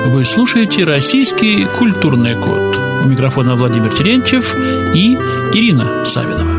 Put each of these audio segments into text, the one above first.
Вы слушаете «Российский культурный код». У микрофона Владимир Терентьев и Ирина Савинова.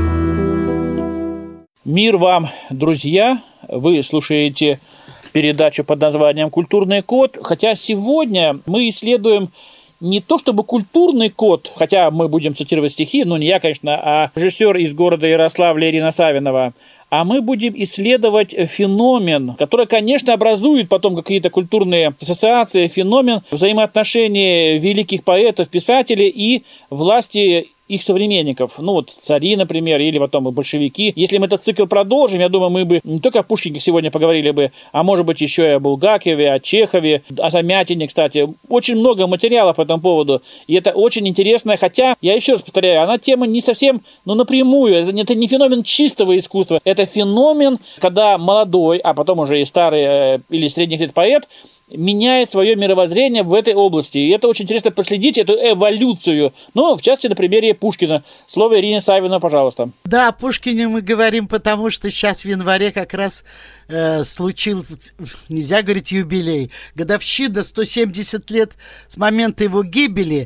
Мир вам, друзья! Вы слушаете передачу под названием «Культурный код». Хотя сегодня мы исследуем не то чтобы культурный код, хотя мы будем цитировать стихи, но не я, конечно, а режиссер из города Ярославля Ирина Савинова, а мы будем исследовать феномен, который, конечно, образует потом какие-то культурные ассоциации, феномен взаимоотношений великих поэтов, писателей и власти их современников, ну вот цари, например, или потом и большевики. Если мы этот цикл продолжим, я думаю, мы бы не только о Пушкине сегодня поговорили бы, а может быть еще и о Булгакове, о Чехове, о Замятине, кстати. Очень много материалов по этому поводу, и это очень интересно, хотя, я еще раз повторяю, она тема не совсем, напрямую, это не феномен чистого искусства, это феномен, когда молодой, а потом уже и старый или средних лет поэт меняет свое мировоззрение в этой области. И это очень интересно проследить, эту эволюцию. Ну, в частности, на примере Пушкина. Слово Ирине Савиновой, пожалуйста. Да, о Пушкине мы говорим, потому что сейчас в январе как раз случился, нельзя говорить юбилей, годовщина, 170 лет с момента его гибели.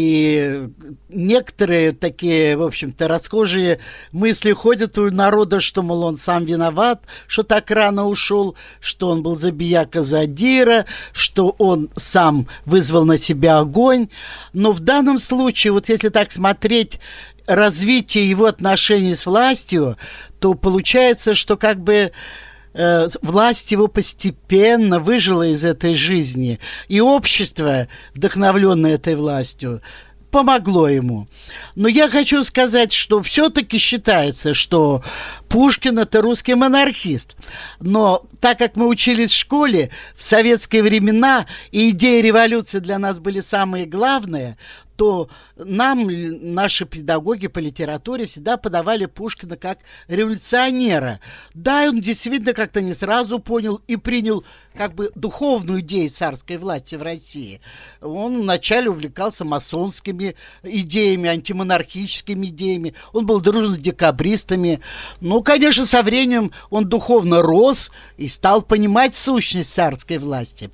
И некоторые такие, в общем-то, расхожие мысли ходят у народа, что, мол, он сам виноват, что так рано ушел, что он был забияка-задира, что он сам вызвал на себя огонь. Но в данном случае, вот если так смотреть развитие его отношений с властью, то получается, что как бы власть его постепенно выжила из этой жизни. И общество, вдохновленное этой властью, помогло ему. Но я хочу сказать, что все-таки считается, что Пушкин – это русский монархист. Но так как мы учились в школе в советские времена, и идеи революции для нас были самые главные, то нам наши педагоги по литературе всегда подавали Пушкина как революционера. Да, он действительно как-то не сразу понял и принял как бы духовную идею царской власти в России. Он вначале увлекался масонскими идеями, антимонархическими идеями. Он был дружен с декабристами. Ну, конечно, со временем он духовно рос и стал понимать сущность царской власти.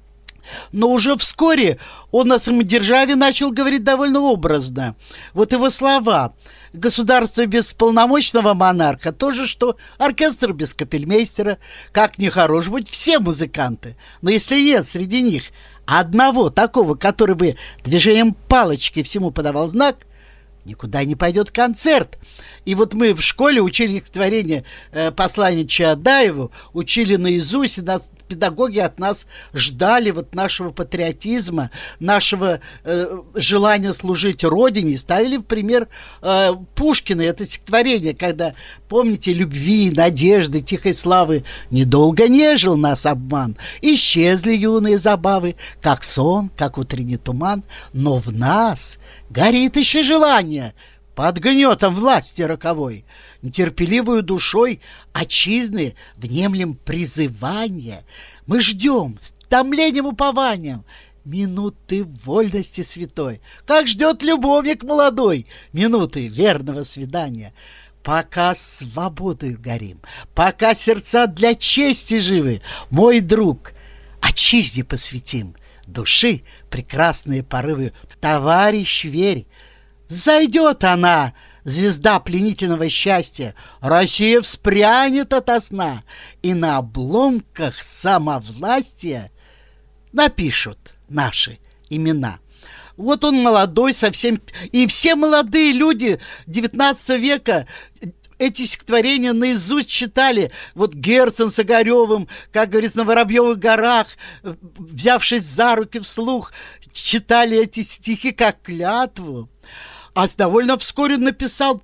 Но уже вскоре он о самодержавии начал говорить довольно образно. Вот его слова: «Государство без полномочного монарха то же, что оркестр без капельмейстера. Как нехорош быть все музыканты, но если нет среди них одного такого, который бы движением палочки всему подавал знак, никуда не пойдет концерт». И вот мы в школе учили стихотворение послания Чаадаеву, учили наизусть, и нас, педагоги от нас ждали вот нашего патриотизма, нашего желания служить Родине, ставили в пример Пушкина. Это стихотворение, когда, помните, любви, надежды, тихой славы недолго нежил нас обман. Исчезли юные забавы, как сон, как утренний туман, но в нас горит еще желание под гнетом власти роковой. Нетерпеливую душой отчизны внемлем призывания. Мы ждем с томлением упованием минуты вольности святой, как ждет любовник молодой минуты верного свидания. Пока свободою горим, пока сердца для чести живы, мой друг, отчизне посвятим души прекрасные порывы. Товарищ, верь, зайдет она, звезда пленительного счастья, Россия вспрянет ото сна, и на обломках самовластия напишут наши имена. Вот он молодой совсем, и все молодые люди XIX века эти стихотворения наизусть читали. Вот Герцен с Огаревым, как говорится, на Воробьевых горах, взявшись за руки вслух, читали эти стихи как клятву. А довольно вскоре написал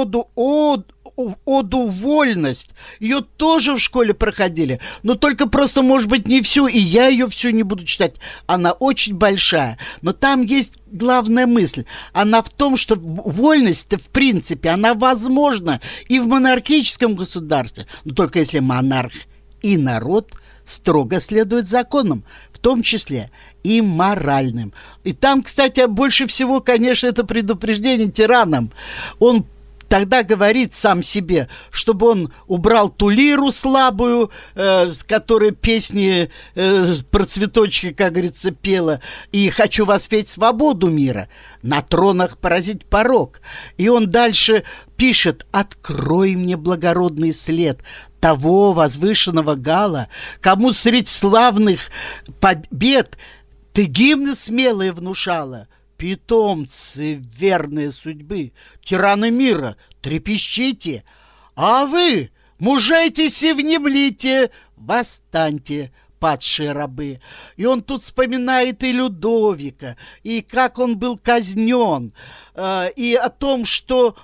оду «Вольность». Ее тоже в школе проходили, но только просто, может быть, не всю, и я ее всю не буду читать. Она очень большая, но там есть главная мысль. Она в том, что вольность-то, в принципе, она возможна и в монархическом государстве, но только если монарх и народ строго следуют законам, в том числе и моральным. И там, кстати, больше всего, конечно, это предупреждение тиранам. Он тогда говорит сам себе, чтобы он убрал ту лиру слабую, с которой песни про цветочки, как говорится, пела, и «хочу воспеть свободу мира, на тронах поразить порог». И он дальше пишет: «Открой мне благородный след того возвышенного гала, кому средь славных побед ты гимны смелые внушала. Питомцы верные судьбы, тираны мира, трепещите, а вы, мужайтесь и внемлите, восстаньте, падшие рабы». И он тут вспоминает и Людовика, и как он был казнен, и о том, что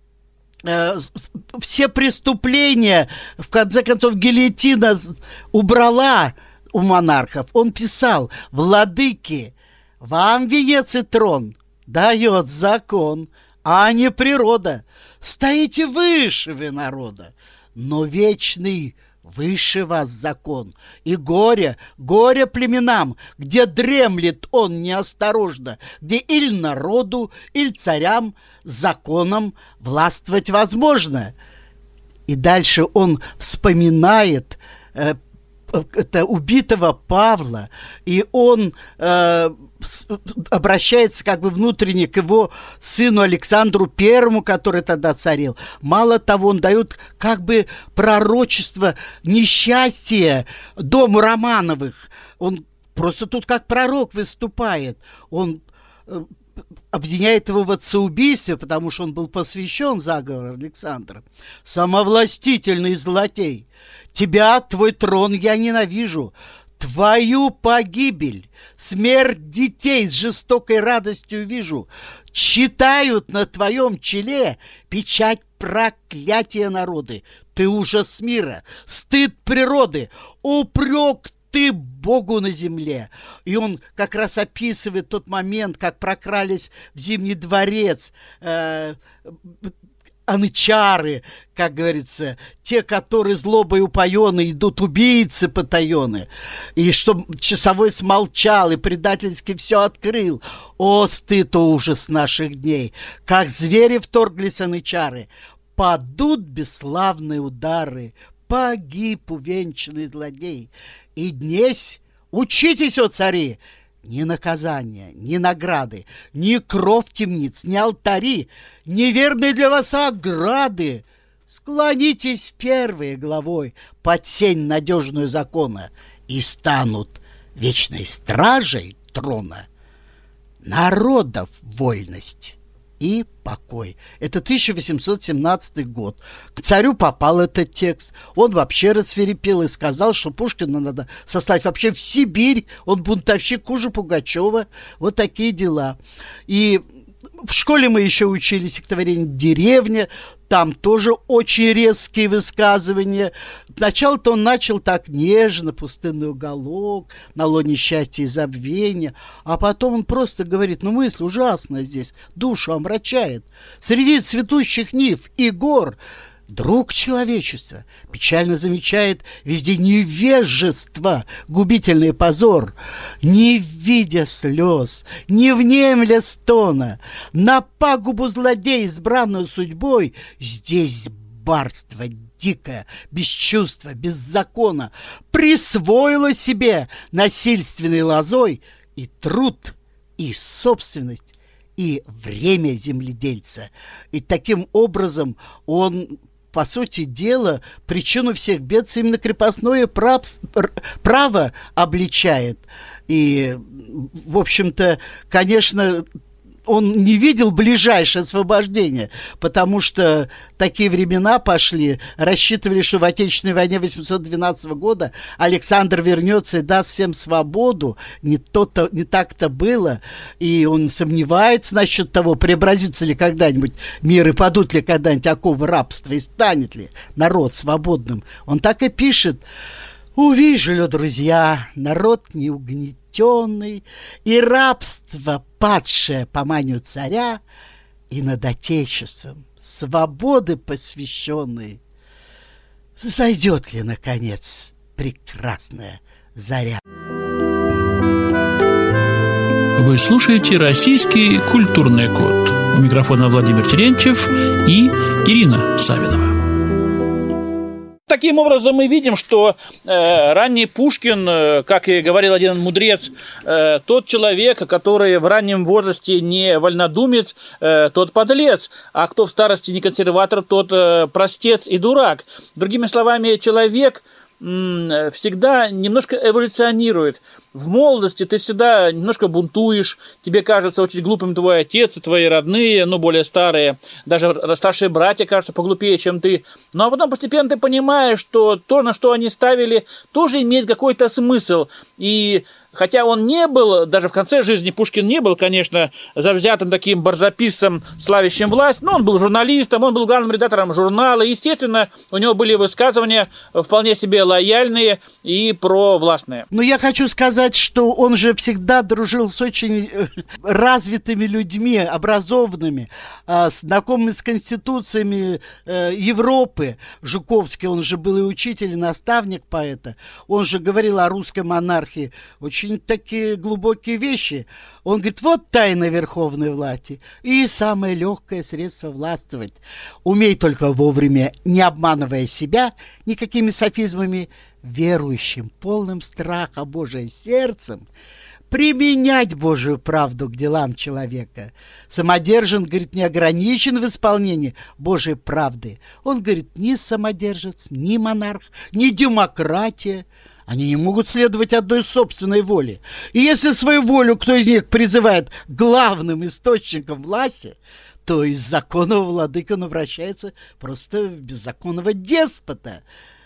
все преступления, в конце концов, гильотина убрала у монархов. Он писал: «Владыки, вам венец и трон дает закон, а не природа. Стоите выше вы народа, но вечный выше вас закон. И горе племенам, где дремлет он неосторожно, где или народу, или царям законом властвовать возможно». И дальше он вспоминает это убитого Павла, и он обращается как бы внутренне к его сыну Александру Первому, который тогда царил. Мало того, он дает как бы пророчество несчастья дому Романовых. Он просто тут как пророк выступает. Он обвиняет его в отцеубийстве, потому что он был посвящен заговору Александра. «Самовластительный злодей, тебя, твой трон я ненавижу, твою погибель, смерть детей с жестокой радостью вижу. Читают на твоем челе печать проклятия народы. Ты ужас мира, стыд природы, упрек ты Богу на земле». И он как раз описывает тот момент, как прокрались в Зимний дворец анычары, как говорится, те, которые злобой упоены, идут убийцы потаены, и чтоб часовой смолчал и предательски все открыл. О, стыд, о ужас наших дней! Как звери вторглись анычары, падут бесславные удары, погиб увенчанный злодей. И днесь учитесь, о цари, ни наказания, ни награды, ни кров темниц, ни алтари, ни верные для вас ограды. Склонитесь первой главой под сень надежную закона и станут вечной стражей трона народов вольность и покой. Это 1817 год. К царю попал этот текст. Он вообще рассвирепел и сказал, что Пушкина надо сослать вообще в Сибирь. Он бунтовщик хуже Пугачева. Вот такие дела. И в школе мы еще учили стихотворение «Деревня». Там тоже очень резкие высказывания. Сначала-то он начал так нежно: пустынный уголок, на лоне счастья и забвения. А потом он просто говорит: ну, мысль ужасная здесь, душу омрачает. Среди цветущих нив и гор друг человечества печально замечает везде невежество, губительный позор. Не видя слез, не внемля стона, на пагубу злодей, избранную судьбой, здесь барство дикое, без чувства, без закона, присвоило себе насильственной лозой и труд, и собственность, и время земледельца. И таким образом он, по сути дела, причину всех бед именно крепостное право обличает. И, в общем-то, конечно, он не видел ближайшее освобождение, потому что такие времена пошли. Рассчитывали, что в Отечественной войне 1812 года Александр вернется и даст всем свободу. Не так-то было. И он сомневается насчет того, преобразится ли когда-нибудь мир и падут ли когда-нибудь оковы рабства, и станет ли народ свободным. Он так и пишет: «Увижу ли, друзья, народ неугнетенный, и рабство падшее по манию царя, и над отечеством свободы посвященной, взойдет ли, наконец, прекрасная заря». Вы слушаете «Российский культурный код». У микрофона Владимир Терентьев и Ирина Савинова. Таким образом, мы видим, что ранний Пушкин, как и говорил один мудрец, тот человек, который в раннем возрасте не вольнодумец, тот подлец, а кто в старости не консерватор, тот простец и дурак. Другими словами, человек всегда немножко эволюционирует. В молодости ты всегда немножко бунтуешь, тебе кажется очень глупым твой отец и твои родные, более старые, даже старшие братья кажутся поглупее, чем ты. Ну, а потом постепенно ты понимаешь, что то, на что они ставили, тоже имеет какой-то смысл. И хотя он не был, даже в конце жизни Пушкин не был, конечно, завзятым таким барзаписцем, славящим власть, но он был журналистом, он был главным редактором журнала, и, естественно, у него были высказывания вполне себе лояльные и провластные. Но я хочу сказать, что он же всегда дружил с очень развитыми людьми, образованными, знакомыми с конституциями Европы. Жуковский, он же был и учитель, и наставник поэта. Он же говорил о русской монархии очень такие глубокие вещи. Он говорит, вот тайна верховной власти и самое легкое средство властвовать. Умей только вовремя, не обманывая себя никакими софизмами, верующим, полным страха Божия сердцем, применять Божию правду к делам человека. Самодержен, говорит, не ограничен в исполнении Божьей правды. Он, говорит, ни самодержец, ни монарх, ни демократия. Они не могут следовать одной собственной воле. И если свою волю кто из них призывает главным источником власти, то из законного владыки он обращается просто в беззаконного деспота.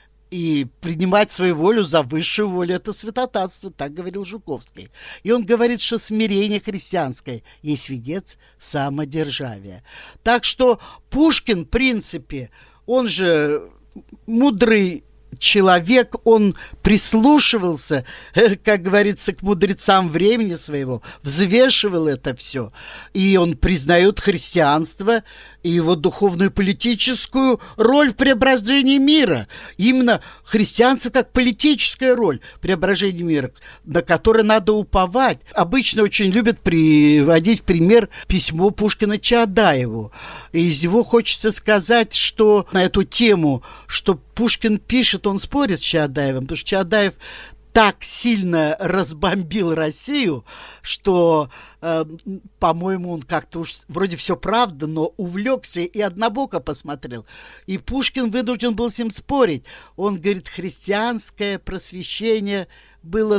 И принимать свою волю за высшую волю – это святотатство, так говорил Жуковский. И он говорит, что смирение христианское есть венец самодержавия. Так что Пушкин, в принципе, он же мудрый человек, он прислушивался, как говорится, к мудрецам времени своего, взвешивал это все. И он признает христианство и его духовную и политическую роль в преображении мира. Именно христианство как политическая роль в преображении мира, на которое надо уповать. Обычно очень любят приводить в пример письмо Пушкина Чаадаеву. И из него хочется сказать, что на эту тему, что Пушкин пишет, он спорит с Чаадаевым, потому что Чаадаев так сильно разбомбил Россию, что, по-моему, он как-то уж вроде все правда, но увлекся и однобоко посмотрел. И Пушкин вынужден был с ним спорить. Он говорит, христианское просвещение было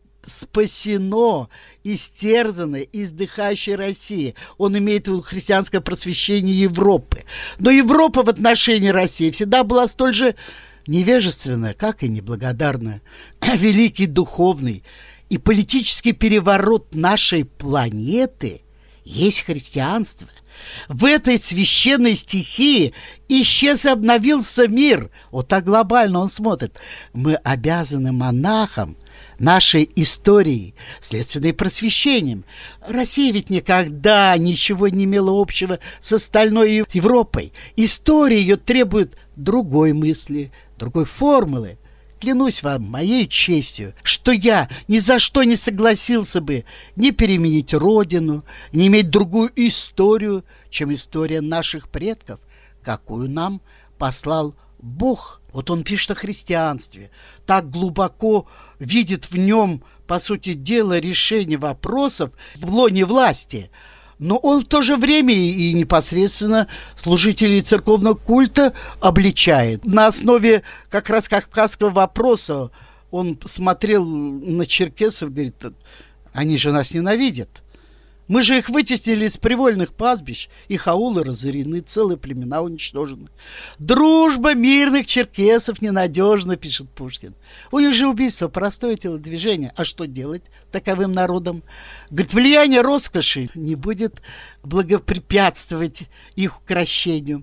спасено, истерзано издыхающей России. Он имеет в виду христианское просвещение Европы. Но Европа в отношении России всегда была столь же невежественная, как и неблагодарная. Великий духовный и политический переворот нашей планеты есть христианство. В этой священной стихии исчез и обновился мир. Вот так глобально он смотрит. Мы обязаны монахам нашей истории, следственно, и просвещением. Россия ведь никогда ничего не имела общего с остальной Европой. История ее требует другой мысли, другой формулы. Клянусь вам, моей честью, что я ни за что не согласился бы не переменить родину, не иметь другую историю, чем история наших предков, какую нам послал Бог. Вот он пишет о христианстве, так глубоко видит в нем, по сути дела, решение вопросов в лоне власти. Но он в то же время и непосредственно служителей церковного культа обличает. На основе как раз кавказского вопроса он смотрел на черкесов, говорит, они же нас ненавидят. Мы же их вытеснили из привольных пастбищ, их аулы разорены, целые племена уничтожены. Дружба мирных черкесов ненадежна, пишет Пушкин. У них же убийство, простое телодвижение. А что делать таковым народам? Говорит, влияние роскоши не будет благопрепятствовать их укрощению.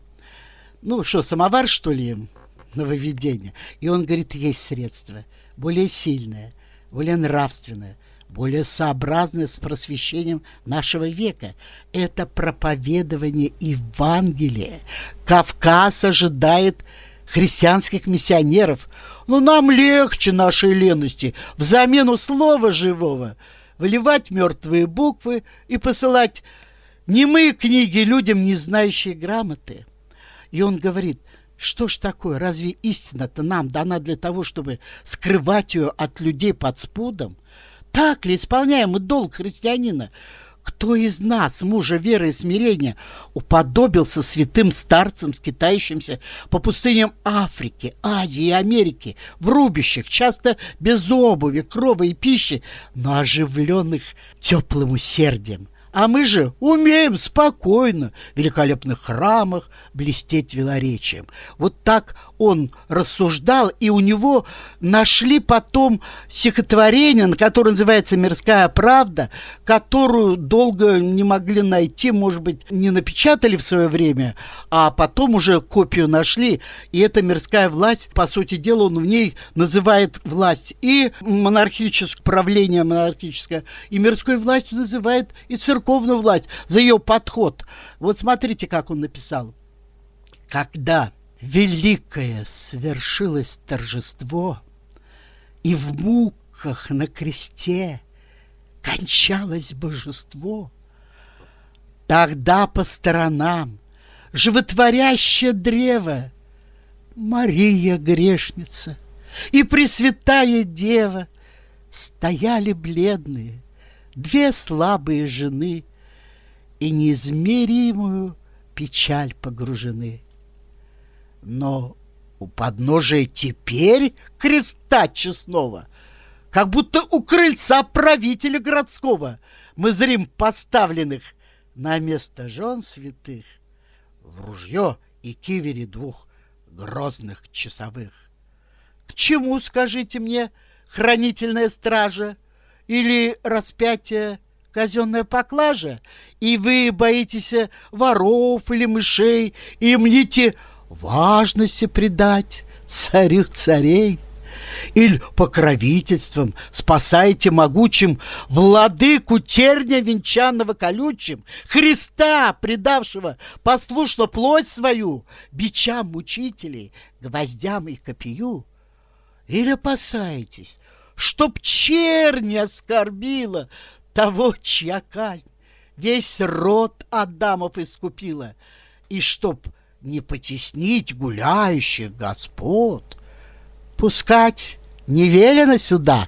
Ну что, самовар, что ли, им нововведение? И он говорит, есть средство более сильное, более нравственное, более сообразное с просвещением нашего века. Это проповедование Евангелия. Кавказ ожидает христианских миссионеров. Но нам легче нашей лености в замену слова живого выливать мертвые буквы и посылать немые книги людям, не знающие грамоты. И он говорит, что ж такое, разве истина-то нам дана для того, чтобы скрывать ее от людей под спудом? Так ли исполняем мы долг христианина? Кто из нас, мужа веры и смирения, уподобился святым старцам, скитающимся по пустыням Африки, Азии и Америки, в рубищах, часто без обуви, крова и пищи, но оживленных теплым усердием? А мы же умеем спокойно в великолепных храмах блестеть велоречием. Вот так он рассуждал, и у него нашли потом стихотворение, которое называется «Мирская правда», которую долго не могли найти, может быть, не напечатали в свое время, а потом уже копию нашли. И эта мирская власть, по сути дела, он в ней называет власть и монархическое правление монархическое, и мирской властью называет и церковную власть за ее подход. Вот смотрите, как он написал. Когда великое свершилось торжество, и в муках на кресте кончалось божество, тогда по сторонам животворящее древо Мария грешница и Пресвятая Дева стояли бледные, две слабые жены, и неизмеримую печаль погружены. Но у подножия теперь креста честного, как будто у крыльца правителя городского, мы зрим поставленных на место жен святых в ружье и кивери двух грозных часовых. К чему, скажите мне, хранительная стража или распятие казенная поклажа? И вы боитесь воров или мышей, и мните важности предать царю царей? Или покровительством спасаете могучим владыку терня венчанного колючим, Христа, предавшего послушно плоть свою бичам мучителей, гвоздям и копью? Или опасаетесь, чтоб чернь не оскорбила того, чья казнь весь род Адамов искупила, и чтоб не потеснить гуляющих господ, пускать не велено сюда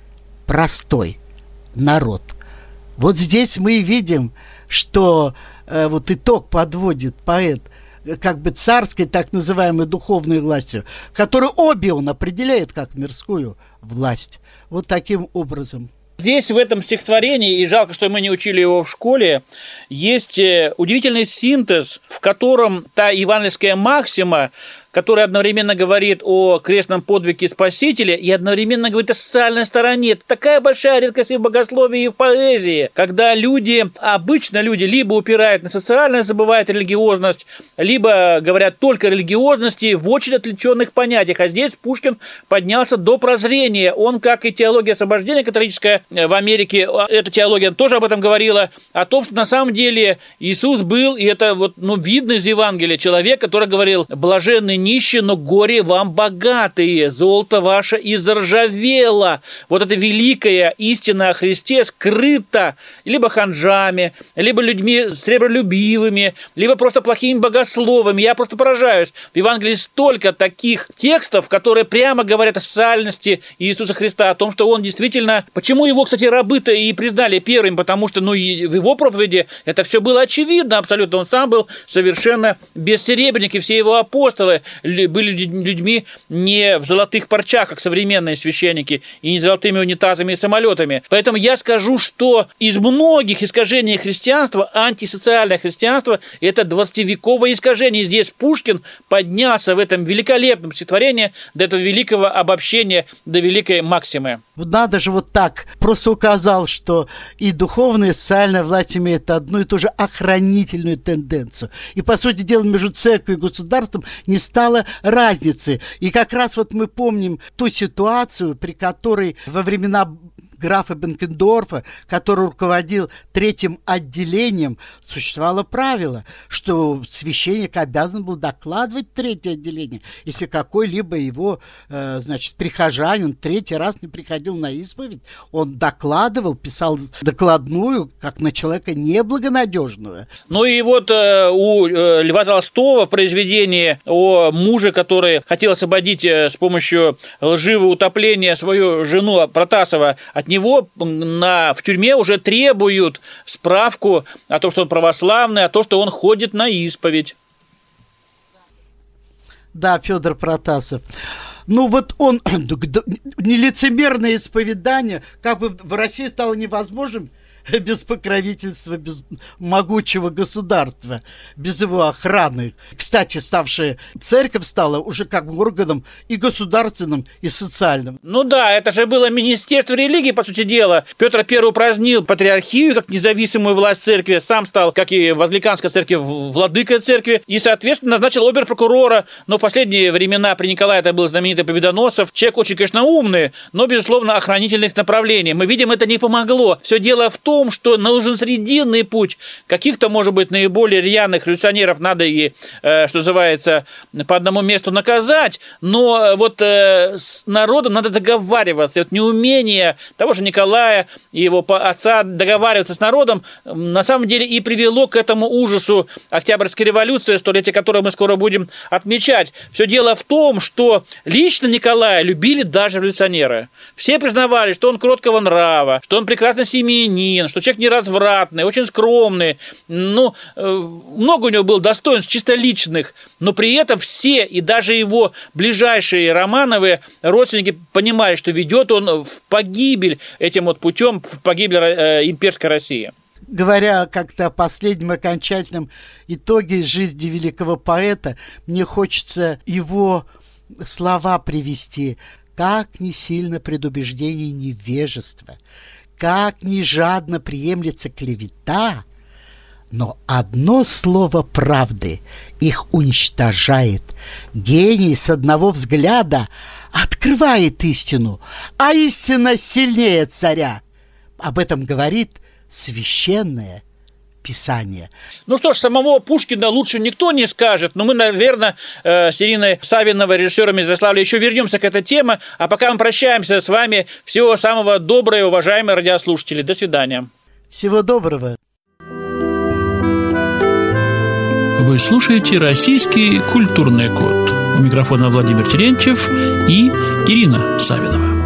простой народ? Вот здесь мы и видим, что вот итог подводит поэт как бы царской, так называемой духовной властью, которую обе он определяет как мирскую власть. Вот таким образом. Здесь, в этом стихотворении, и жалко, что мы не учили его в школе, есть удивительный синтез, в котором та евангельская максима, которая одновременно говорит о крестном подвиге Спасителя и одновременно говорит о социальной стороне. Это такая большая редкость и в богословии, и в поэзии, когда люди, обычно люди, либо упирают на социальность, забывают религиозность, либо говорят только о религиозности в очень отвлеченных понятиях. А здесь Пушкин поднялся до прозрения. Он, как и теология освобождения католическая в Америке, эта теология тоже об этом говорила, о том, что на самом деле Иисус был, и это вот, видно из Евангелия, человек, который говорил: «Блаженный нищие, но горе вам богатые, золото ваше изржавело». Вот эта великая истина о Христе скрыта либо ханжами, либо людьми сребролюбивыми, либо просто плохими богословами. Я просто поражаюсь. В Евангелии столько таких текстов, которые прямо говорят о социальности Иисуса Христа, о том, что он действительно... Почему его, кстати, рабы-то и признали первым? Потому что, в его проповеди это все было очевидно абсолютно. Он сам был совершенно бессеребренник, и все его апостолы были людьми не в золотых парчах, как современные священники, и не золотыми унитазами и самолетами. Поэтому я скажу, что из многих искажений христианства антисоциальное христианство – это 20-вековое искажение. И здесь Пушкин поднялся в этом великолепном стихотворении до этого великого обобщения, до великой максимы. Надо же вот так. Просто указал, что и духовная, и социальная власть имеют одну и ту же охранительную тенденцию. И, по сути дела, между церковью и государством не стало разницы. И как раз вот мы помним ту ситуацию, при которой во времена графа Бенкендорфа, который руководил третьим отделением, существовало правило, что священник обязан был докладывать третье отделение, если какой-либо его, прихожанин третий раз не приходил на исповедь, он докладывал, писал докладную, как на человека неблагонадежного. Ну и вот у Льва Толстого в произведении о муже, который хотел освободить с помощью лживого утопления свою жену Протасова, от него в тюрьме уже требуют справку о том, что он православный, о том, что он ходит на исповедь. Да, Федор Протасов. Ну вот он, нелицемерное исповедание, как бы в России стало невозможным без покровительства, без могучего государства, без его охраны. Кстати, церковь стала уже как бы органом и государственным, и социальным. Ну да, это же было Министерство религии, по сути дела. Петр I упразднил патриархию как независимую власть церкви, сам стал, как и в англиканской церкви, владыкой церкви, и, соответственно, назначил обер-прокурора. Но в последние времена при Николае это был знаменитый Победоносцев. Человек очень, конечно, умный, но, безусловно, охранительных направлений. Мы видим, это не помогло. Все дело в том, что нужен срединный путь. Каких-то, может быть, наиболее рьяных революционеров надо и, что называется, по одному месту наказать, но вот с народом надо договариваться. И вот неумение того же Николая и его отца договариваться с народом на самом деле и привело к этому ужасу Октябрьской революции, столетие которой мы скоро будем отмечать. Все дело в том, что лично Николая любили даже революционеры. Все признавали, что он кроткого нрава, что он прекрасный семьянин, что человек неразвратный, очень скромный, много у него было достоинств чисто личных, но при этом все, и даже его ближайшие Романовы родственники понимали, что ведет он в погибель этим вот путем, в погибель имперской России. Говоря как-то о последнем окончательном итоге жизни великого поэта, мне хочется его слова привести. Как не сильно предубеждение невежества, как ни жадно приемлется клевета, но одно слово правды их уничтожает. Гений с одного взгляда открывает истину, а истина сильнее царя. Об этом говорит священное Писание. Ну что ж, самого Пушкина лучше никто не скажет, но мы, наверное, с Ириной Савиновой, режиссером из Ярославля, еще вернемся к этой теме, а пока мы прощаемся с вами. Всего самого доброго, уважаемые радиослушатели. До свидания. Всего доброго. Вы слушаете «Российский культурный код». У микрофона Владимир Терентьев и Ирина Савинова.